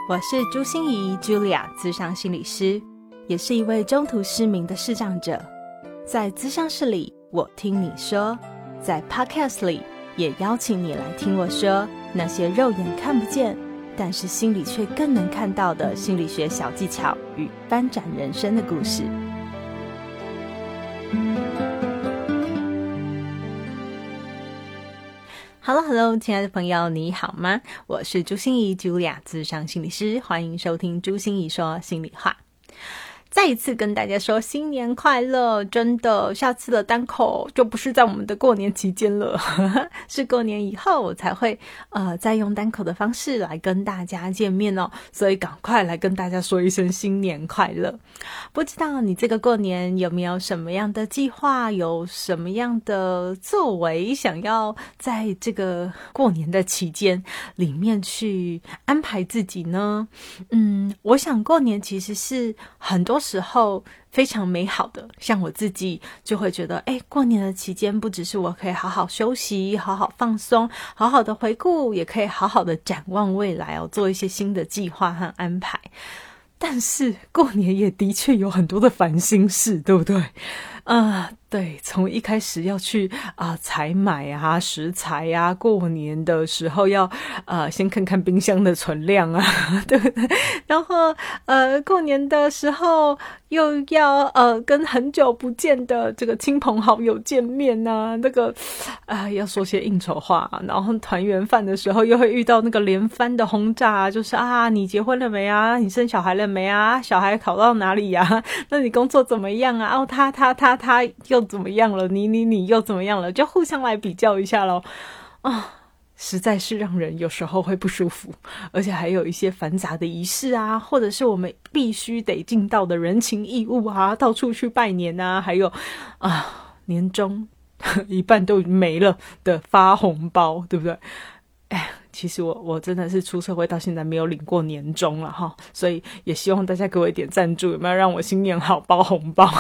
我是朱心怡 Julia 諮商心理师，也是一位中途失明的视障者。在諮商室里，我听你说，在 Podcast 里也邀请你来听我说那些肉眼看不见但是心里却更能看到的心理学小技巧与翻转人生的故事。Hello， 亲爱的朋友，你好吗？我是朱心怡 Julia 諮商心理师，欢迎收听朱心怡说心里话。再一次跟大家说新年快乐，真的，下次的单口就不是在我们的过年期间了是过年以后我才会再用单口的方式来跟大家见面哦，所以赶快来跟大家说一声新年快乐。不知道你这个过年有没有什么样的计划，有什么样的作为想要在这个过年的期间里面去安排自己呢？我想过年其实是很多时候非常美好的，像我自己就会觉得过年的期间不只是我可以好好休息，好好放松，好好的回顾，也可以好好的展望未来哦，做一些新的计划和安排。但是过年也的确有很多的烦心事，对不对？对，从一开始要去采买啊食材啊，过年的时候要先看看冰箱的存量啊，对不对？然后过年的时候又要跟很久不见的这个亲朋好友见面啊，那个要说些应酬话，然后团圆饭的时候又会遇到那个连番的轰炸，就是你结婚了没啊？你生小孩了没啊？小孩考到哪里啊？那你工作怎么样啊？他又怎么样了？你又怎么样了？就互相来比较一下咯。实在是让人有时候会不舒服，而且还有一些繁杂的仪式啊，或者是我们必须得尽到的人情义务啊，到处去拜年啊，还有年终一半都没了的发红包，对不对？其实我真的是出社会到现在没有领过年终了哈，所以也希望大家给我一点赞助，有没有让我新年好包红包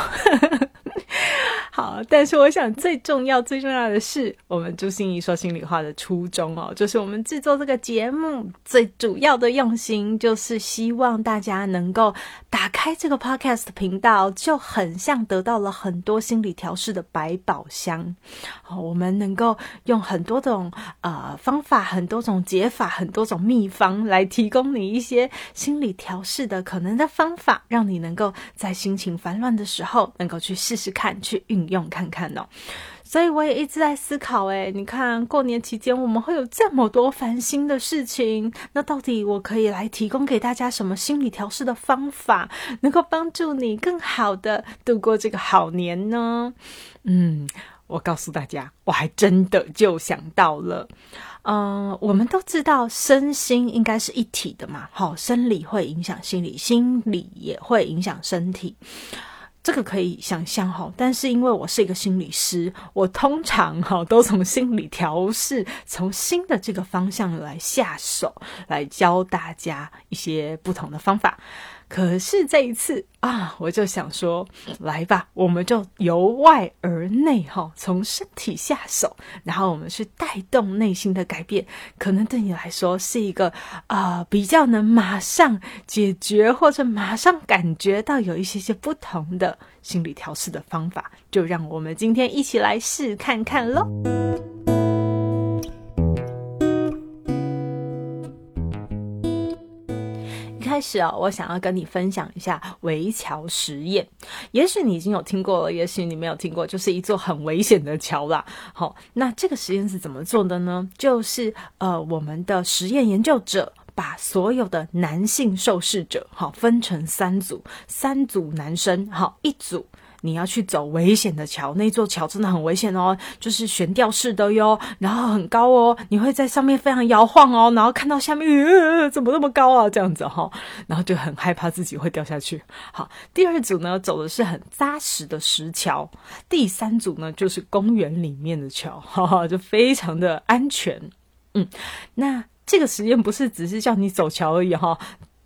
好，但是我想最重要的是我们朱心怡说心里话的初衷哦，就是我们制作这个节目最主要的用心，就是希望大家能够打开这个 podcast 频道，就很像得到了很多心理调试的百宝箱。我们能够用很多种方法，很多种解法，很多种秘方来提供你一些心理调试的可能的方法，让你能够在心情烦乱的时候能够去试试看，去运用看看哦。所以我也一直在思考你看过年期间我们会有这么多烦心的事情，那到底我可以来提供给大家什么心理调试的方法，能够帮助你更好的度过这个好年呢？我告诉大家，我还真的就想到了。我们都知道身心应该是一体的嘛，生理会影响心理，心理也会影响身体，这个可以想象但是因为我是一个心理师，我通常都从心理调试，从新的这个方向来下手，来教大家一些不同的方法。可是这一次我就想说，来吧，我们就由外而内从身体下手，然后我们去带动内心的改变，可能对你来说是一个比较能马上解决，或者马上感觉到有一些不同的心理调试的方法，就让我们今天一起来试看看咯。开始我想要跟你分享一下围桥实验。也许你已经有听过了，也许你没有听过，就是一座很危险的桥啦。那这个实验是怎么做的呢？就是我们的实验研究者把所有的男性受试者分成3组男生，一组你要去走危险的桥，那座桥真的很危险哦，就是悬吊式的哟，然后很高哦，你会在上面非常摇晃哦，然后看到下面怎么那么高啊，这样子然后就很害怕自己会掉下去。好，第2组呢走的是很扎实的石桥，第3组呢就是公园里面的桥，就非常的安全。那这个实验不是只是叫你走桥而已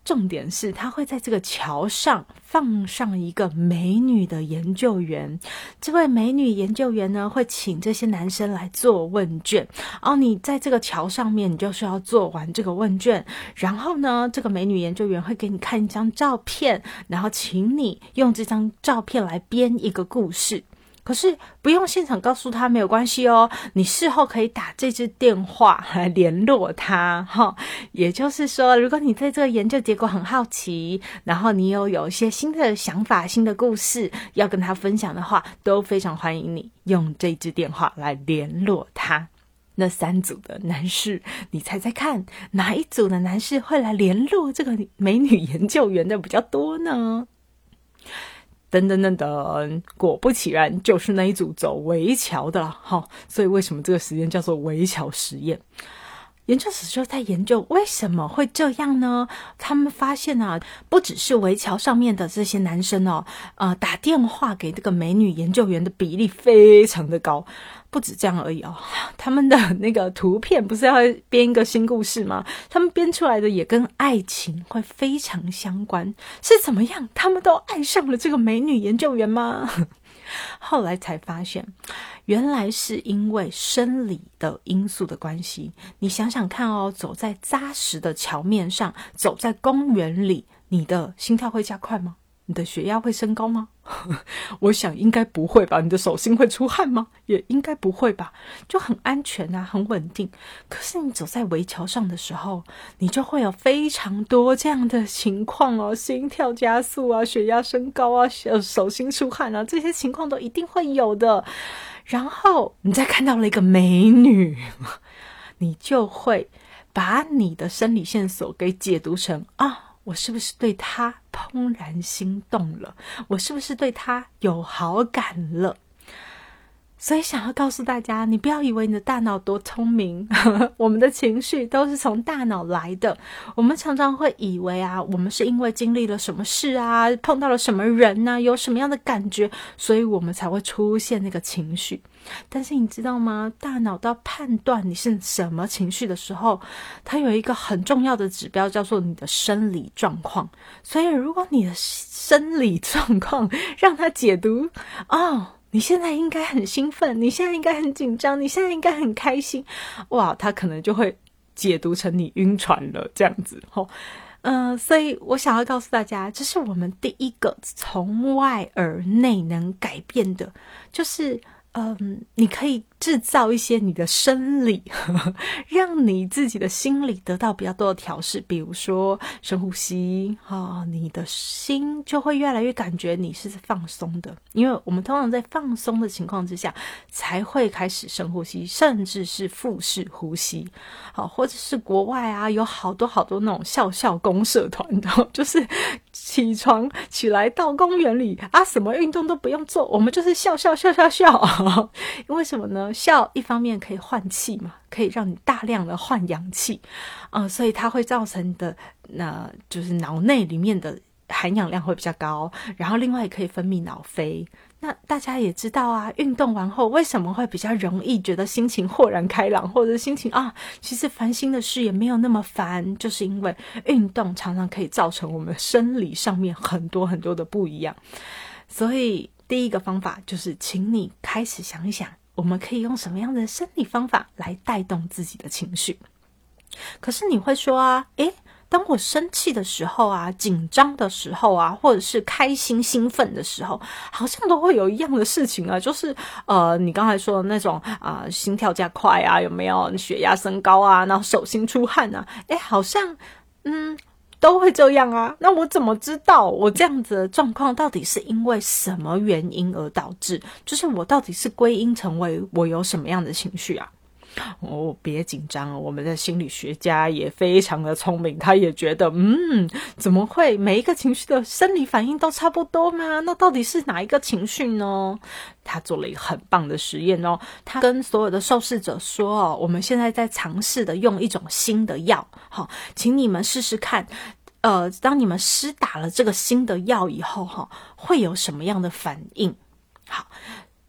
重点是他会在这个桥上放上一个美女的研究员，这位美女研究员呢会请这些男生来做问卷，你在这个桥上面你就是要做完这个问卷，然后呢这个美女研究员会给你看一张照片，然后请你用这张照片来编一个故事。可是不用现场告诉他没有关系哦，你事后可以打这支电话来联络他也就是说，如果你对这个研究结果很好奇，然后你有一些新的想法、新的故事要跟他分享的话，都非常欢迎你用这支电话来联络他。那3组的男士，你猜猜看，哪一组的男士会来联络这个美女研究员的比较多呢？噔噔噔噔，果不其然，就是那一组走围桥的了所以为什么这个实验叫做围桥实验？研究者就在研究为什么会这样呢？他们发现不只是围桥上面的这些男生打电话给这个美女研究员的比例非常的高，不止这样而已他们的那个图片不是要编一个新故事吗？他们编出来的也跟爱情会非常相关，是怎么样？他们都爱上了这个美女研究员吗？后来才发现，原来是因为生理的因素的关系。你想想看走在扎实的桥面上，走在公园里，你的心跳会加快吗？你的血压会升高吗？我想应该不会吧。你的手心会出汗吗？也应该不会吧。就很安全很稳定。可是你走在围桥上的时候，你就会有非常多这样的情况心跳加速血压升高手心出汗这些情况都一定会有的。然后你再看到了一个美女，你就会把你的生理线索给解读成我是不是对他怦然心动了？我是不是对他有好感了？所以想要告诉大家，你不要以为你的大脑多聪明我们的情绪都是从大脑来的。我们常常会以为我们是因为经历了什么事碰到了什么人有什么样的感觉，所以我们才会出现那个情绪。但是你知道吗？大脑到判断你是什么情绪的时候，它有一个很重要的指标，叫做你的生理状况。所以如果你的生理状况让它解读你现在应该很兴奋，你现在应该很紧张，你现在应该很开心，哇，他可能就会解读成你晕船了这样子所以我想要告诉大家，这是我们第一个从外而内能改变的，就是你可以制造一些你的生理让你自己的心理得到比较多的调试。比如说深呼吸你的心就会越来越感觉你是放松的，因为我们通常在放松的情况之下才会开始深呼吸，甚至是腹式呼吸或者是国外有好多好多那种笑公社团就是起床起来到公园里什么运动都不用做，我们就是笑因为什么呢？笑一方面可以换气嘛，可以让你大量的换氧气所以它会造成你的就是脑内里面的含氧量会比较高，然后另外也可以分泌脑啡。那大家也知道运动完后为什么会比较容易觉得心情豁然开朗，或者心情其实烦心的事也没有那么烦，就是因为运动常常可以造成我们生理上面很多很多的不一样。所以第一个方法就是请你开始想一想，我们可以用什么样的生理方法来带动自己的情绪。可是你会说当我生气的时候紧张的时候或者是开心兴奋的时候，好像都会有一样的事情就是你刚才说的那种心跳加快有没有血压升高然后手心出汗好像都会这样那我怎么知道我这样子的状况到底是因为什么原因而导致？就是我到底是归因成为我有什么样的情绪别紧张，我们的心理学家也非常的聪明，他也觉得怎么会每一个情绪的生理反应都差不多吗？那到底是哪一个情绪呢？他做了一个很棒的实验他跟所有的受试者说我们现在在尝试的用一种新的药请你们试试看当你们施打了这个新的药以后会有什么样的反应。好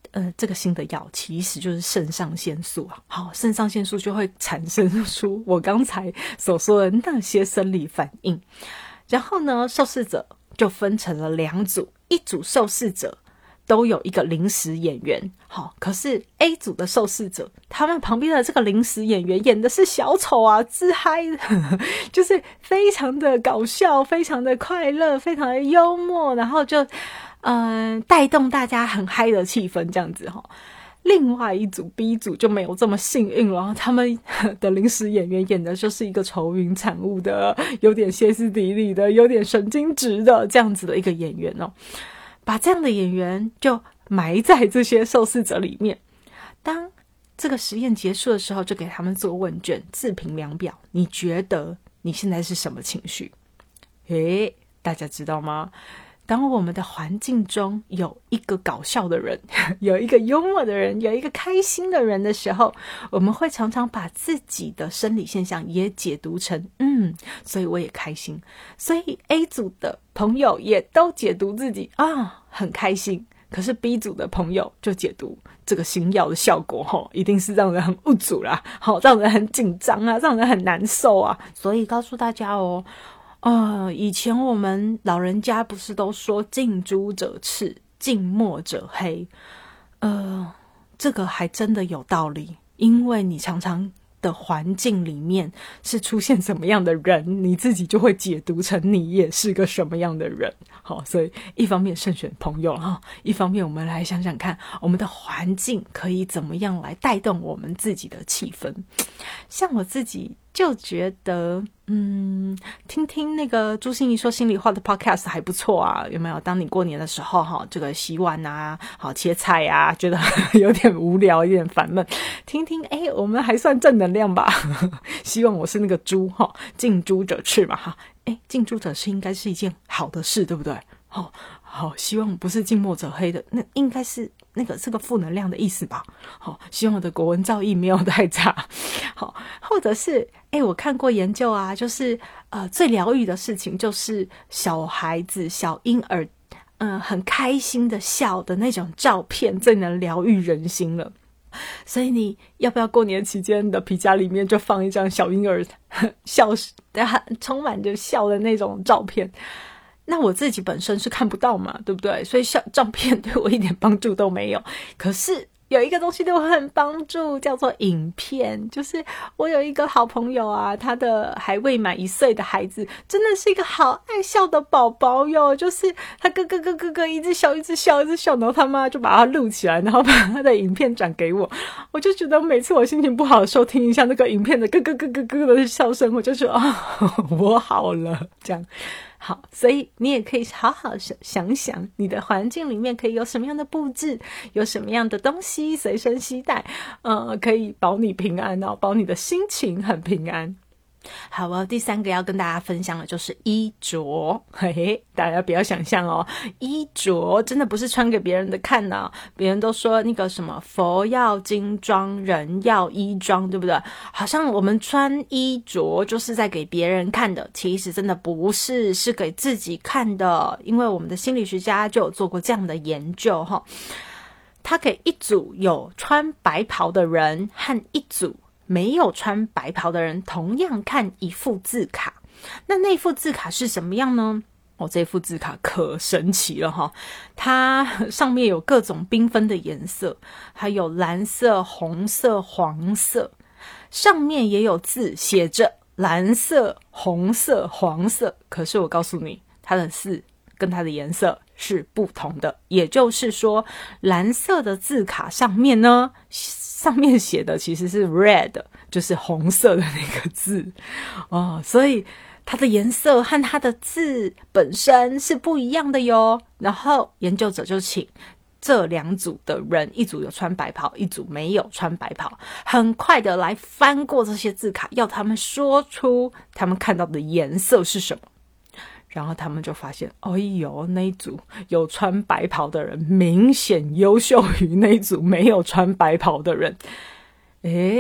这个新的药其实就是肾上腺素啊。好，肾上腺素就会产生出我刚才所说的那些生理反应。然后呢，受试者就分成了2组，一组受试者都有一个临时演员。好，可是 A 组的受试者，他们旁边的这个临时演员演的是小丑啊，自嗨就是非常的搞笑，非常的快乐，非常的幽默，然后就带动大家很嗨的气氛这样子齁。另外一组 B 组就没有这么幸运了，他们的临时演员演的就是一个愁云惨雾的，有点歇斯底里的，有点神经质的这样子的一个演员哦。把这样的演员就埋在这些受试者里面，当这个实验结束的时候，就给他们做问卷，自评量表，你觉得你现在是什么情绪？大家知道吗？当我们的环境中有一个搞笑的人，有一个幽默的人，有一个开心的人的时候，我们会常常把自己的生理现象也解读成所以我也开心。所以 A 组的朋友也都解读自己很开心，可是 B 组的朋友就解读这个新药的效果一定是让人很无助啦，让人很紧张啊，让人很难受啊。所以告诉大家以前我们老人家不是都说近朱者赤，近墨者黑，这个还真的有道理，因为你常常的环境里面是出现什么样的人，你自己就会解读成你也是个什么样的人。好，所以一方面慎选朋友一方面我们来想想看，我们的环境可以怎么样来带动我们自己的气氛。像我自己就觉得听听那个朱心怡说心里话的 podcast 还不错啊，有没有？当你过年的时候这个洗碗啊，切菜啊，觉得有点无聊，有点烦闷，听听我们还算正能量吧希望我是那个猪近朱者赤嘛近朱者赤应该是一件好的事，对不对？好，希望不是近墨者黑的，那应该是这个负能量的意思吧。希望我的国文造诣没有太差。或者是我看过研究啊，就是最疗愈的事情就是小孩子小婴儿很开心的笑的那种照片最能疗愈人心了。所以你要不要过年期间你的皮夹里面就放一张小婴儿笑充满着笑的那种照片？那我自己本身是看不到嘛，对不对？所以照片对我一点帮助都没有。可是有一个东西对我很帮助，叫做影片。就是我有一个好朋友啊，他的还未满1岁的孩子真的是一个好爱笑的宝宝哟，就是他咯一直笑一直笑，然后他妈就把他录起来，然后把他的影片转给我。我就觉得每次我心情不好的时候听一下那个影片的咯的笑声，我就觉得我好了这样。好，所以你也可以好好想想你的环境里面可以有什么样的布置，有什么样的东西随身携带，可以保你平安保你的心情很平安。好第3个要跟大家分享的就是衣着。大家不要想象衣着真的不是穿给别人的看别人都说那个什么佛要金装，人要衣装，对不对？好像我们穿衣着就是在给别人看的，其实真的不是，是给自己看的。因为我们的心理学家就有做过这样的研究他给一组有穿白袍的人和一组没有穿白袍的人同样看一副字卡。那副字卡是什么样呢？这副字卡可神奇了它上面有各种缤纷的颜色，还有蓝色、红色、黄色，上面也有字写着蓝色、红色、黄色，可是我告诉你，它的字跟它的颜色是不同的。也就是说，蓝色的字卡上面呢，上面写的其实是 red， 就是红色的那个字所以它的颜色和它的字本身是不一样的哟。然后研究者就请这2组的人，一组有穿白袍，一组没有穿白袍，很快的来翻过这些字卡，要他们说出他们看到的颜色是什么。然后他们就发现那一组有穿白袍的人明显优秀于那一组没有穿白袍的人。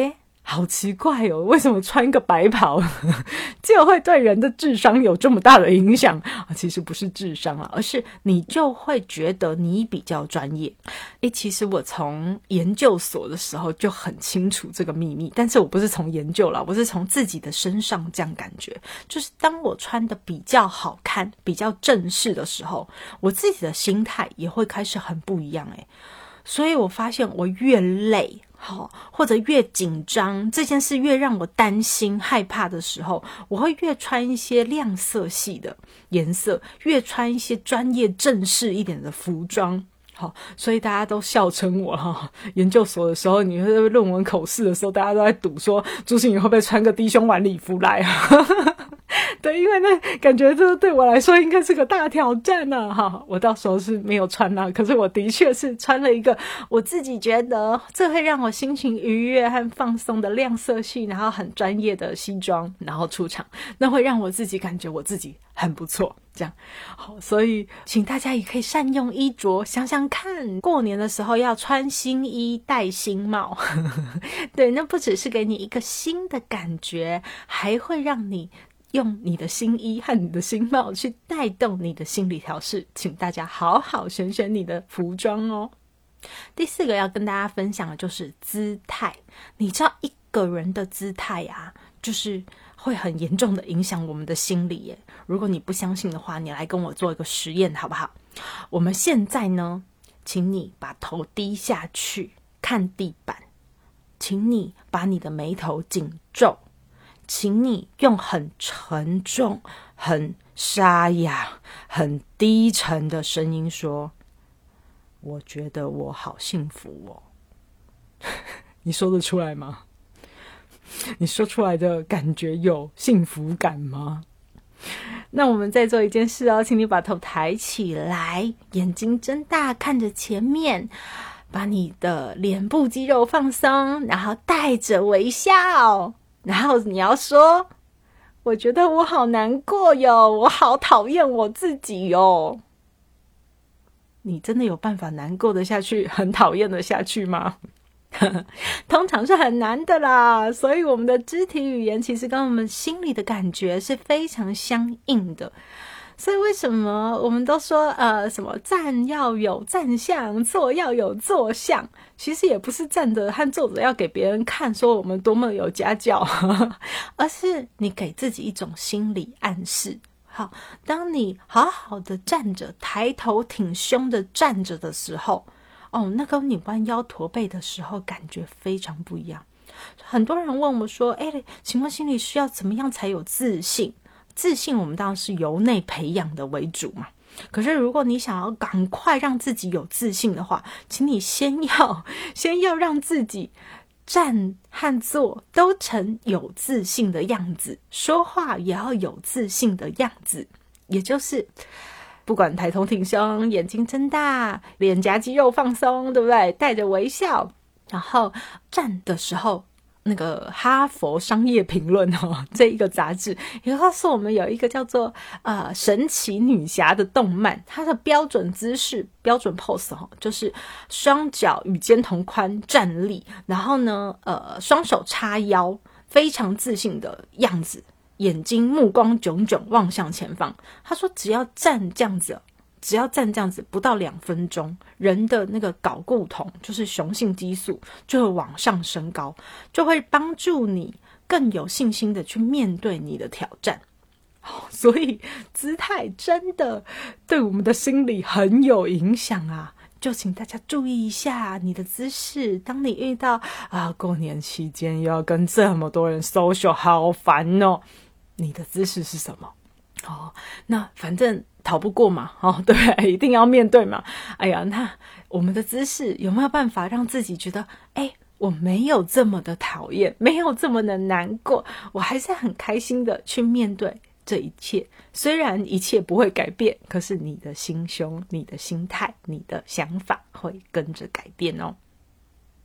好奇怪哦，为什么穿个白袍就会对人的智商有这么大的影响？其实不是智商啊，而是你就会觉得你比较专业。其实我从研究所的时候就很清楚这个秘密，但是我不是从研究啦，我是从自己的身上这样感觉，就是当我穿的比较好看比较正式的时候，我自己的心态也会开始很不一样所以我发现我越累或者越紧张，这件事越让我担心害怕的时候，我会越穿一些亮色系的颜色，越穿一些专业正式一点的服装。所以大家都笑称我研究所的时候，你会论文口试的时候，大家都在赌说朱心怡会不会穿个低胸晚礼服来对，因为那感觉这对我来说应该是个大挑战我到时候是没有穿可是我的确是穿了一个我自己觉得这会让我心情愉悦和放松的亮色系，然后很专业的西装，然后出场，那会让我自己感觉我自己很不错这样。所以请大家也可以善用衣着，想想看过年的时候要穿新衣戴新帽对，那不只是给你一个新的感觉，还会让你用你的新衣和你的新帽去带动你的心理调试，请大家好好选选你的服装哦。第4个要跟大家分享的就是姿态。你知道一个人的姿态就是会很严重的影响我们的心理耶。如果你不相信的话，你来跟我做一个实验好不好？我们现在呢，请你把头低下去看地板，请你把你的眉头紧皱，请你用很沉重、很沙哑、很低沉的声音说：我觉得我好幸福哦。你说得出来吗？你说出来的感觉有幸福感吗？那我们再做一件事请你把头抬起来，眼睛睁大看着前面，把你的脸部肌肉放松，然后带着微笑，然后你要说：我觉得我好难过哟，我好讨厌我自己哟。你真的有办法难过的下去，很讨厌的下去吗？通常是很难的啦，所以我们的肢体语言其实跟我们心里的感觉是非常相应的。所以为什么我们都说什么站要有站相，坐要有坐相，其实也不是站着和坐着要给别人看说我们多么有家教而是你给自己一种心理暗示。好，当你好好的站着，抬头挺胸的站着的时候，那跟你弯腰驼背的时候感觉非常不一样。很多人问我说请问心理师要怎么样才有自信？自信我们当然是由内培养的为主嘛。可是如果你想要赶快让自己有自信的话，请你先要让自己站和坐都成有自信的样子，说话也要有自信的样子，也就是不管抬头挺胸，眼睛睁大，脸颊肌肉放松，对不对？带着微笑，然后站的时候，那个哈佛商业评论这一个杂志也告诉我们有一个叫做神奇女侠的动漫，它的标准姿势标准 pose 就是双脚与肩同宽站立，然后呢双手叉腰，非常自信的样子，眼睛目光炯炯望向前方。他说只要站这样子不到2分钟，人的那个睾固酮就是雄性激素就会往上升高，就会帮助你更有信心的去面对你的挑战。所以姿态真的对我们的心理很有影响就请大家注意一下你的姿势。当你遇到过年期间又要跟这么多人 social 好烦哦，你的姿势是什么？那反正逃不过嘛，对，一定要面对嘛。那我们的姿势有没有办法让自己觉得我没有这么的讨厌，没有这么的难过，我还是很开心的去面对这一切。虽然一切不会改变，可是你的心胸、你的心态、你的想法会跟着改变哦。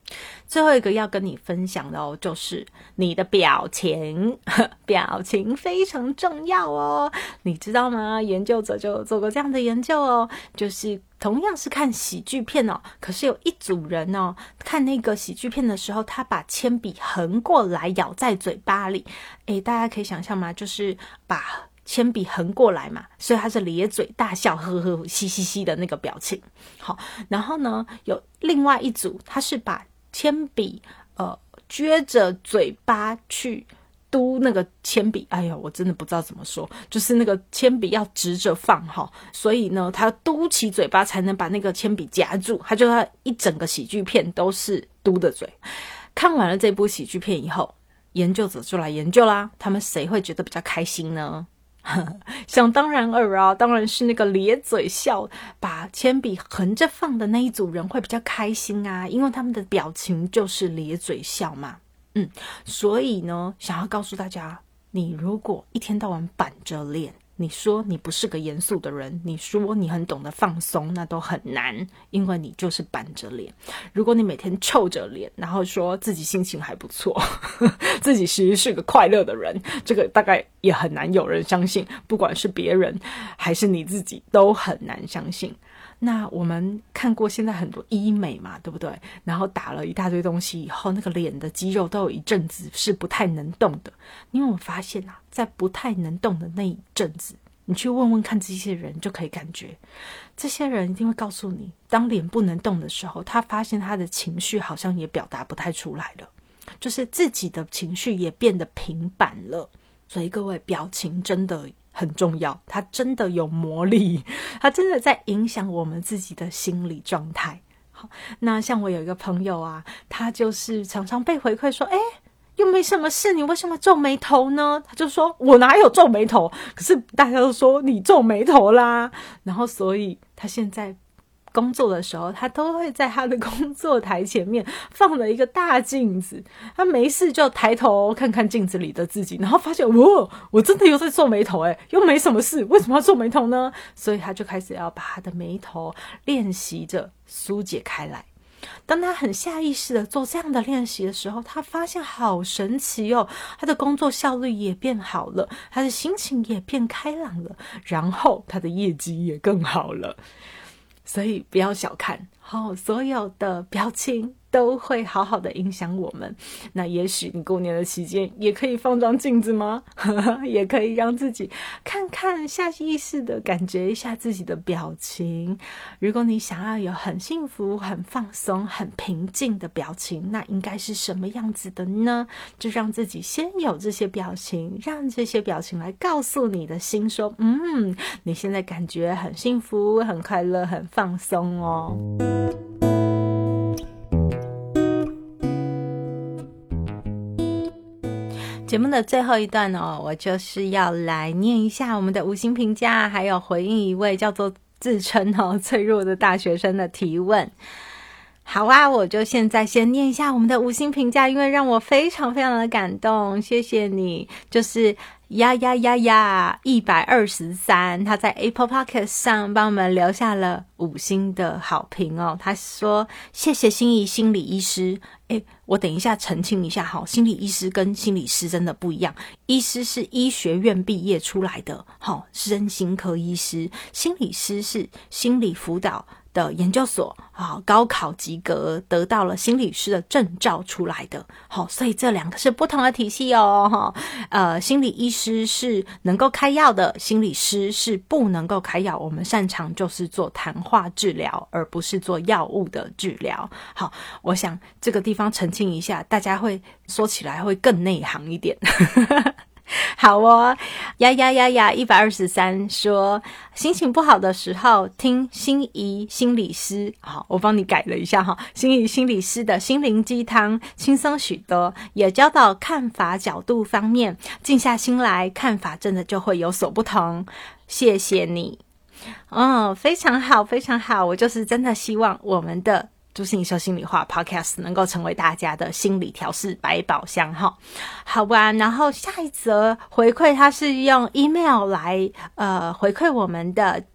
最后一个要跟你分享的哦，就是你的表情，表情非常重要哦。你知道吗？研究者就有做过这样的研究哦，就是同样是看喜剧片哦，可是有一组人哦，看那个喜剧片的时候，他把铅笔横过来咬在嘴巴里。大家可以想象吗？就是把铅笔横过来嘛，所以他是咧嘴大笑，呵呵嘻嘻嘻的那个表情。好，然后呢，有另外一组，他是把铅笔撅着嘴巴去嘟那个铅笔，哎呦，我真的不知道怎么说，就是那个铅笔要直着放哈，所以呢，他嘟起嘴巴才能把那个铅笔夹住，他就要一整个喜剧片都是嘟的嘴。看完了这部喜剧片以后，研究者就来研究啦，他们谁会觉得比较开心呢？想当然尔啊，当然是那个咧嘴笑把铅笔横着放的那一组人会比较开心啊，因为他们的表情就是咧嘴笑嘛。所以呢，想要告诉大家，你如果一天到晚板着脸，你说你不是个严肃的人，你说你很懂得放松，那都很难，因为你就是板着脸。如果你每天臭着脸，然后说自己心情还不错，自己其实是个快乐的人，这个大概也很难有人相信，不管是别人还是你自己都很难相信。那我们看过现在很多医美嘛，对不对？然后打了一大堆东西以后，那个脸的肌肉都有一阵子是不太能动的。因为我发现啊，在不太能动的那一阵子，你去问问看这些人，就可以感觉这些人一定会告诉你，当脸不能动的时候，他发现他的情绪好像也表达不太出来了，就是自己的情绪也变得平板了。所以各位，表情真的很重要，它真的有魔力，它真的在影响我们自己的心理状态。好，那像我有一个朋友啊，他就是常常被回馈说，又没什么事，你为什么皱眉头呢？他就说，我哪有皱眉头？可是大家都说你皱眉头啦。然后所以他现在工作的时候，他都会在他的工作台前面放了一个大镜子，他没事就抬头看看镜子里的自己，然后发现我真的又在皱眉头，又没什么事，为什么要皱眉头呢？所以他就开始要把他的眉头练习着疏解开来。当他很下意识的做这样的练习的时候，他发现好神奇哦，他的工作效率也变好了，他的心情也变开朗了，然后他的业绩也更好了。所以不要小看所有的表情都会好好的影响我们。那也许你过年的期间也可以放张镜子吗？也可以让自己看看，下意识的感觉一下自己的表情。如果你想要有很幸福、很放松、很平静的表情，那应该是什么样子的呢？就让自己先有这些表情，让这些表情来告诉你的心说，你现在感觉很幸福、很快乐、很放松哦。节目的最后一段哦，我就是要来念一下我们的5星评价，还有回应一位叫做自称脆弱的大学生的提问。好啊，我就现在先念一下我们的5星评价，因为让我非常非常的感动，谢谢你。就是123，他在 Apple Podcast 上帮我们留下了5星的好评哦。他说谢谢心怡心理医师。我等一下澄清一下哈，心理医师跟心理师真的不一样，医师是医学院毕业出来的，身心科医师，心理师是心理辅导的研究所高考及格得到了心理师的证照出来的，所以这两个是不同的体系哦。心理医师是能够开药的，心理师是不能够开药，我们擅长就是做谈话治疗，而不是做药物的治疗。好，我想这个地方澄清一下，大家会说起来会更内行一点。好哦，123说心情不好的时候听心怡心理师，好，我帮你改了一下哈，心怡心理师的心灵鸡汤轻松许多，也教导看法角度方面，静下心来看法真的就会有所不同，谢谢你。非常好非常好，我就是真的希望我们的朱心怡说心里话 Podcast 能够成为大家的心理调试百宝箱哈。好吧，然后下一则回馈它是用 email 来回馈我们的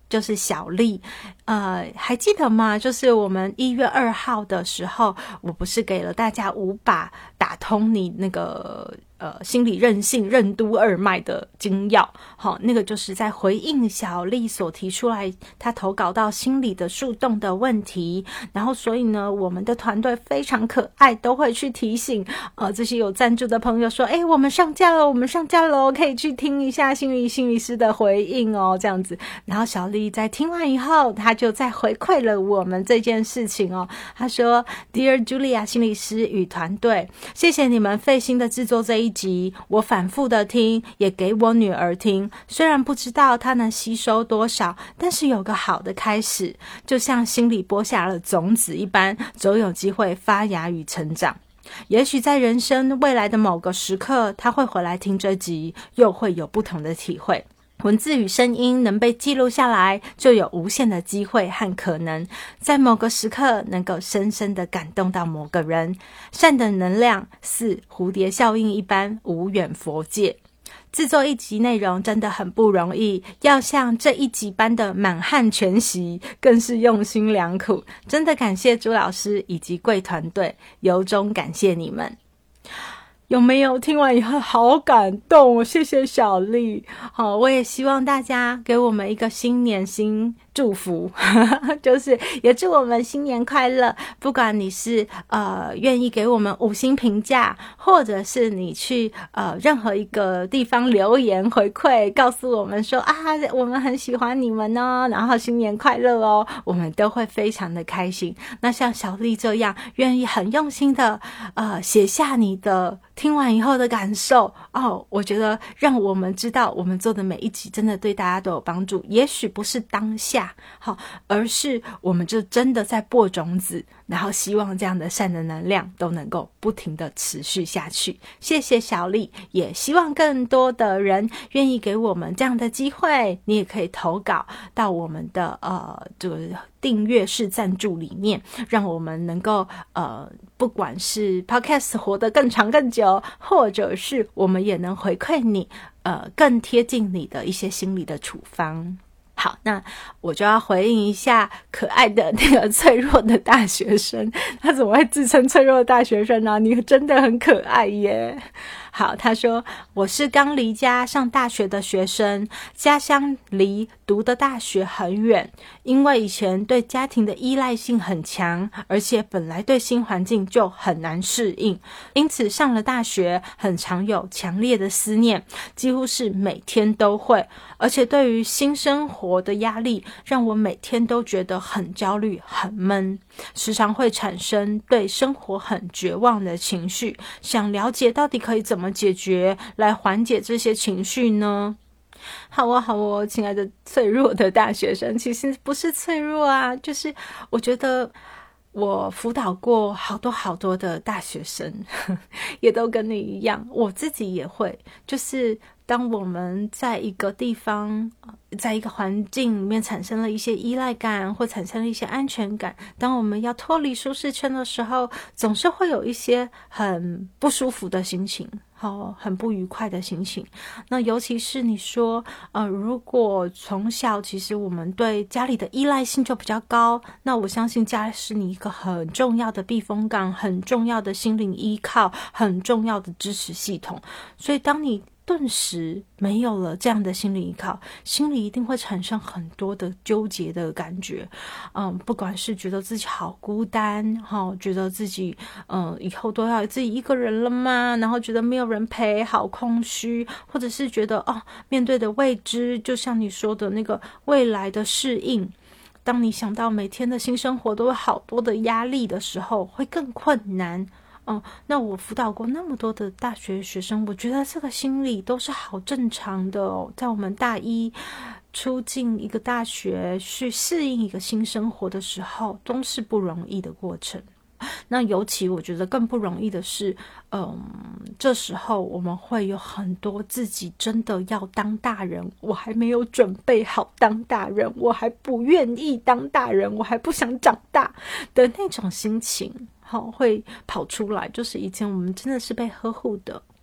就是小丽。还记得吗？就是我们1月2号的时候，我不是给了大家5把打通你那个心理韧性任督二脉的精要。好，那个就是在回应小丽所提出来她投稿到心理的树洞的问题，然后所以呢，我们的团队非常可爱，都会去提醒这些有赞助的朋友说，我们上架了，可以去听一下心理师的回应哦，这样子。然后小丽在听完以后，她就再回馈了我们这件事情哦。她说 Dear Julia 心理师与团队，谢谢你们费心的制作这一集，我反复的听，也给我女儿听，虽然不知道她能吸收多少，但是有个好的开始，就像心里播下了种子一般，总有机会发芽与成长。也许在人生未来的某个时刻，她会回来听这集，又会有不同的体会。文字与声音能被记录下来，就有无限的机会和可能，在某个时刻能够深深地感动到某个人。善的能量似蝴蝶效应一般无远弗届。制作一集内容真的很不容易，要像这一集般的满汉全席，更是用心良苦。真的感谢朱老师以及贵团队，由衷感谢你们。有没有听完以后好感动？谢谢小丽。好，我也希望大家给我们一个新年新祝福就是也祝我们新年快乐。不管你是愿意给我们5星评价，或者是你去任何一个地方留言回馈，告诉我们说我们很喜欢你们哦，然后新年快乐哦，我们都会非常的开心。那像小丽这样愿意很用心的写下你的听完以后的感受我觉得让我们知道我们做的每一集真的对大家都有帮助。也许不是当下而是我们就真的在播种子，然后希望这样的善的能量都能够不停的持续下去。谢谢小丽，也希望更多的人愿意给我们这样的机会。你也可以投稿到我们的这个订阅式赞助里面，让我们能够不管是 Podcast 活得更长更久，或者是我们也能回馈你更贴近你的一些心理的处方。好，那我就要回应一下可爱的那个脆弱的大学生。他怎么会自称脆弱的大学生呢？你真的很可爱耶。好，他说我是刚离家上大学的学生，家乡离读的大学很远，因为以前对家庭的依赖性很强，而且本来对新环境就很难适应，因此上了大学很常有强烈的思念，几乎是每天都会，而且对于新生活的压力让我每天都觉得很焦虑很闷，时常会产生对生活很绝望的情绪，想了解到底可以怎么解决来缓解这些情绪呢？好哦，亲爱的脆弱的大学生，其实不是脆弱啊，就是我觉得我辅导过好多的大学生也都跟你一样，我自己也会，就是当我们在一个地方在一个环境里面产生了一些依赖感，或产生了一些安全感，当我们要脱离舒适圈的时候，总是会有一些很不舒服的心情，很不愉快的心情。那尤其是你说如果从小其实我们对家里的依赖性就比较高，那我相信家是你一个很重要的避风港，很重要的心灵依靠，很重要的支持系统。所以当你顿时没有了这样的心理依靠，心里一定会产生很多的纠结的感觉。不管是觉得自己好孤单，觉得自己以后都要自己一个人了吗？然后觉得没有人陪，好空虚，或者是觉得面对的未知，就像你说的那个未来的适应，当你想到每天的新生活都有好多的压力的时候，会更困难。那我辅导过那么多的大学学生，我觉得这个心理都是好正常的哦。在我们大一出进一个大学去适应一个新生活的时候，都是不容易的过程。那尤其我觉得更不容易的是这时候我们会有很多自己真的要当大人，我还没有准备好当大人，我还不愿意当大人，我还不想长大的那种心情会跑出来。就是以前我们真的是被呵护的，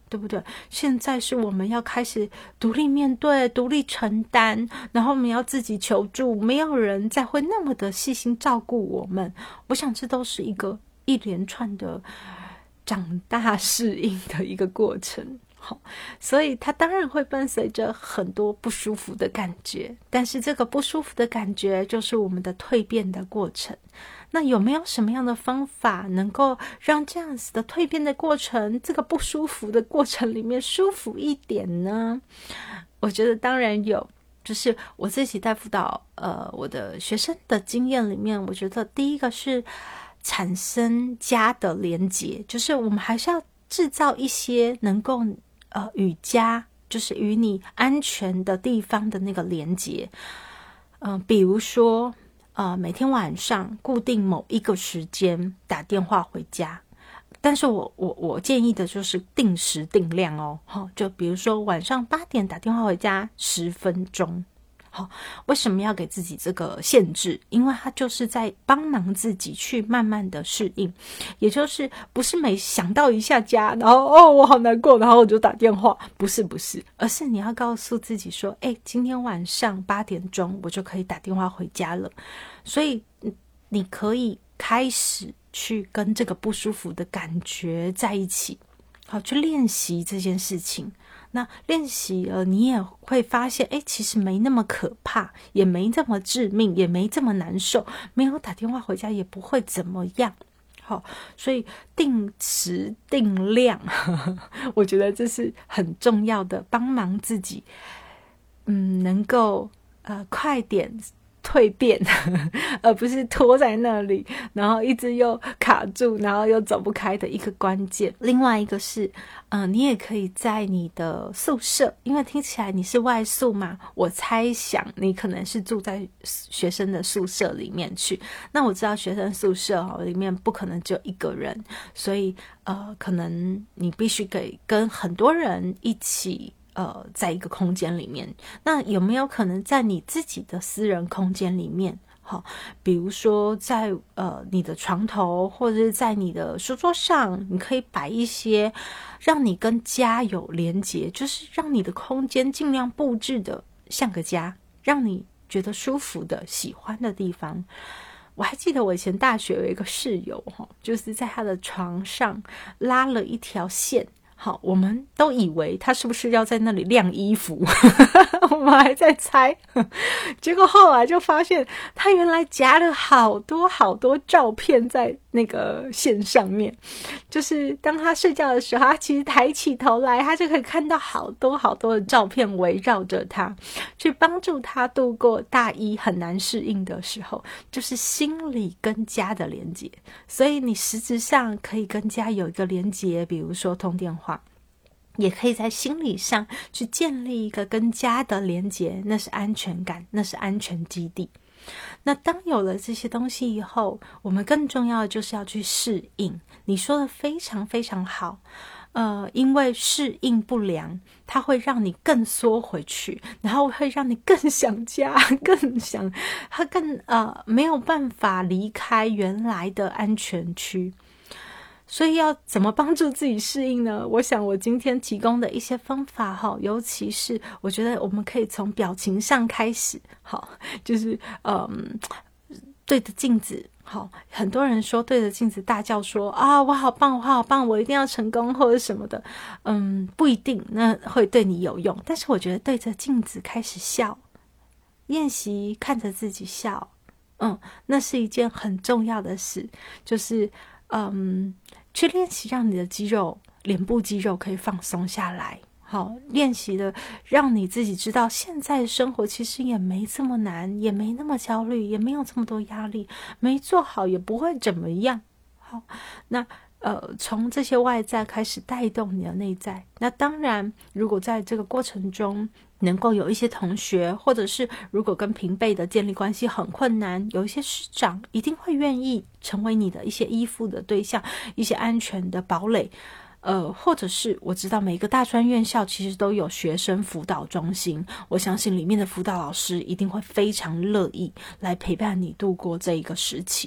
对不对？现在是我们要开始独立面对、独立承担，然后我们要自己求助，没有人再会那么的细心照顾我们。我想这都是一连串的长大适应的一个过程。好，所以它当然会伴随着很多不舒服的感觉，但是这个不舒服的感觉就是我们的蜕变的过程。那有没有什么样的方法能够让这样子的蜕变的过程，这个不舒服的过程里面舒服一点呢？我觉得当然有，就是我自己带辅导我的学生的经验里面，我觉得第一个是产生家的连结，就是我们还是要制造一些能够与家，就是与你安全的地方的那个连结。比如说每天晚上固定某一个时间打电话回家，但是我建议的就是定时定量哦，就比如说晚上8点打电话回家10分钟。好，为什么要给自己这个限制？因为它就是在帮忙自己去慢慢的适应，也就是不是每想到一下家，然后我好难过，然后我就打电话，不是，而是你要告诉自己说，今天晚上8点钟我就可以打电话回家了。所以你可以开始去跟这个不舒服的感觉在一起，好，去练习这件事情。那练习了，你也会发现，其实没那么可怕，也没这么致命，也没这么难受，没有打电话回家也不会怎么样。好，所以定时定量，我觉得这是很重要的，帮忙自己，能够快点蜕变，而不是拖在那里，然后一直又卡住，然后又走不开的一个关键。另外一个是你也可以在你的宿舍，因为听起来你是外宿嘛，我猜想你可能是住在学生的宿舍里面去。那我知道学生宿舍里面不可能只有一个人，所以可能你必须跟很多人一起在一个空间里面。那有没有可能在你自己的私人空间里面，比如说在你的床头，或者是在你的书桌上，你可以摆一些让你跟家有连结，就是让你的空间尽量布置的像个家，让你觉得舒服的喜欢的地方。我还记得我以前大学有一个室友，就是在他的床上拉了一条线，好，我们都以为他是不是要在那里晾衣服我们还在猜结果后来就发现他原来夹了好多好多照片在那个线上面，就是当他睡觉的时候，他其实抬起头来，他就可以看到好多好多的照片围绕着他，去帮助他度过大一很难适应的时候，就是心理跟家的连结。所以你实质上可以跟家有一个连结，比如说通电话，也可以在心理上去建立一个跟家的连结，那是安全感，那是安全基地。那当有了这些东西以后，我们更重要的就是要去适应。你说的非常非常好，因为适应不良，它会让你更缩回去，然后会让你更想家，它更没有办法离开原来的安全区。所以要怎么帮助自己适应呢？我想我今天提供的一些方法尤其是我觉得我们可以从表情上开始，就是对着镜子，很多人说对着镜子大叫说我好棒，我好棒，我一定要成功或者什么的，不一定那会对你有用，但是我觉得对着镜子开始笑，练习看着自己笑，那是一件很重要的事，就是去练习让你的肌肉，脸部肌肉可以放松下来，练习的让你自己知道现在的生活其实也没这么难，也没那么焦虑，也没有这么多压力，没做好也不会怎么样。好，那从这些外在开始带动你的内在。那当然如果在这个过程中能够有一些同学，或者是如果跟平辈的建立关系很困难，有一些师长一定会愿意成为你的一些依附的对象，一些安全的堡垒。或者是我知道每个大专院校其实都有学生辅导中心，我相信里面的辅导老师一定会非常乐意来陪伴你度过这一个时期。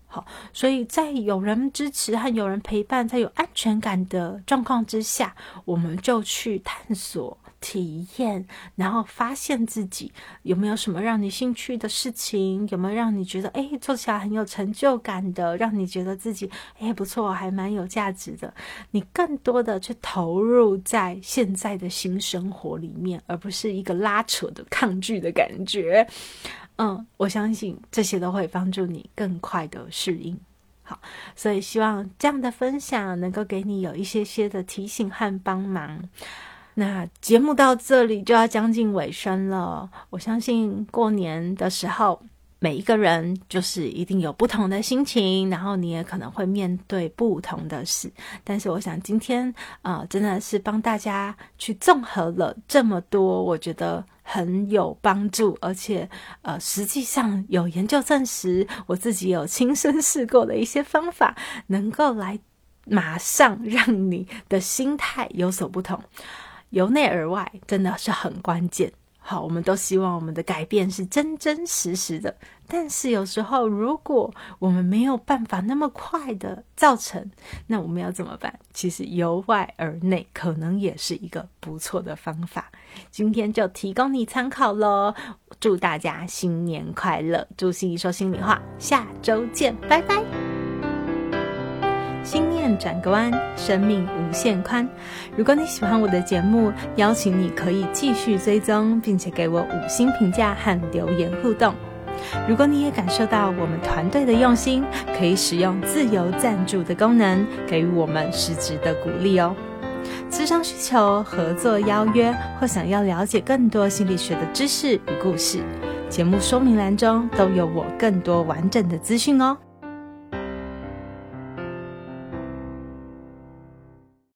好，所以在有人支持和有人陪伴，在有安全感的状况之下，我们就去探索体验，然后发现自己有没有什么让你兴趣的事情，有没有让你觉得做起来很有成就感的，让你觉得自己不错，还蛮有价值的，你更多的去投入在现在的新生活里面，而不是一个拉扯的抗拒的感觉。我相信这些都会帮助你更快的适应。好，所以希望这样的分享能够给你有一些的提醒和帮忙。那节目到这里就要将近尾声了，我相信过年的时候每一个人就是一定有不同的心情，然后你也可能会面对不同的事，但是我想今天真的是帮大家去综合了这么多我觉得很有帮助，而且实际上有研究证实，我自己有亲身试过的一些方法，能够来马上让你的心态有所不同，由内而外真的是很关键。好，我们都希望我们的改变是真真实实的，但是有时候如果我们没有办法那么快的造成，那我们要怎么办？其实由外而内可能也是一个不错的方法，今天就提供你参考咯。祝大家新年快乐，祝心怡说心里话，下周见，拜拜。心念转个弯，生命无限宽。如果你喜欢我的节目，邀请你可以继续追踪，并且给我5星评价和留言互动。如果你也感受到我们团队的用心，可以使用自由赞助的功能，给予我们实质的鼓励哦。咨商需求、合作邀约，或想要了解更多心理学的知识与故事，节目说明栏中都有我更多完整的资讯哦。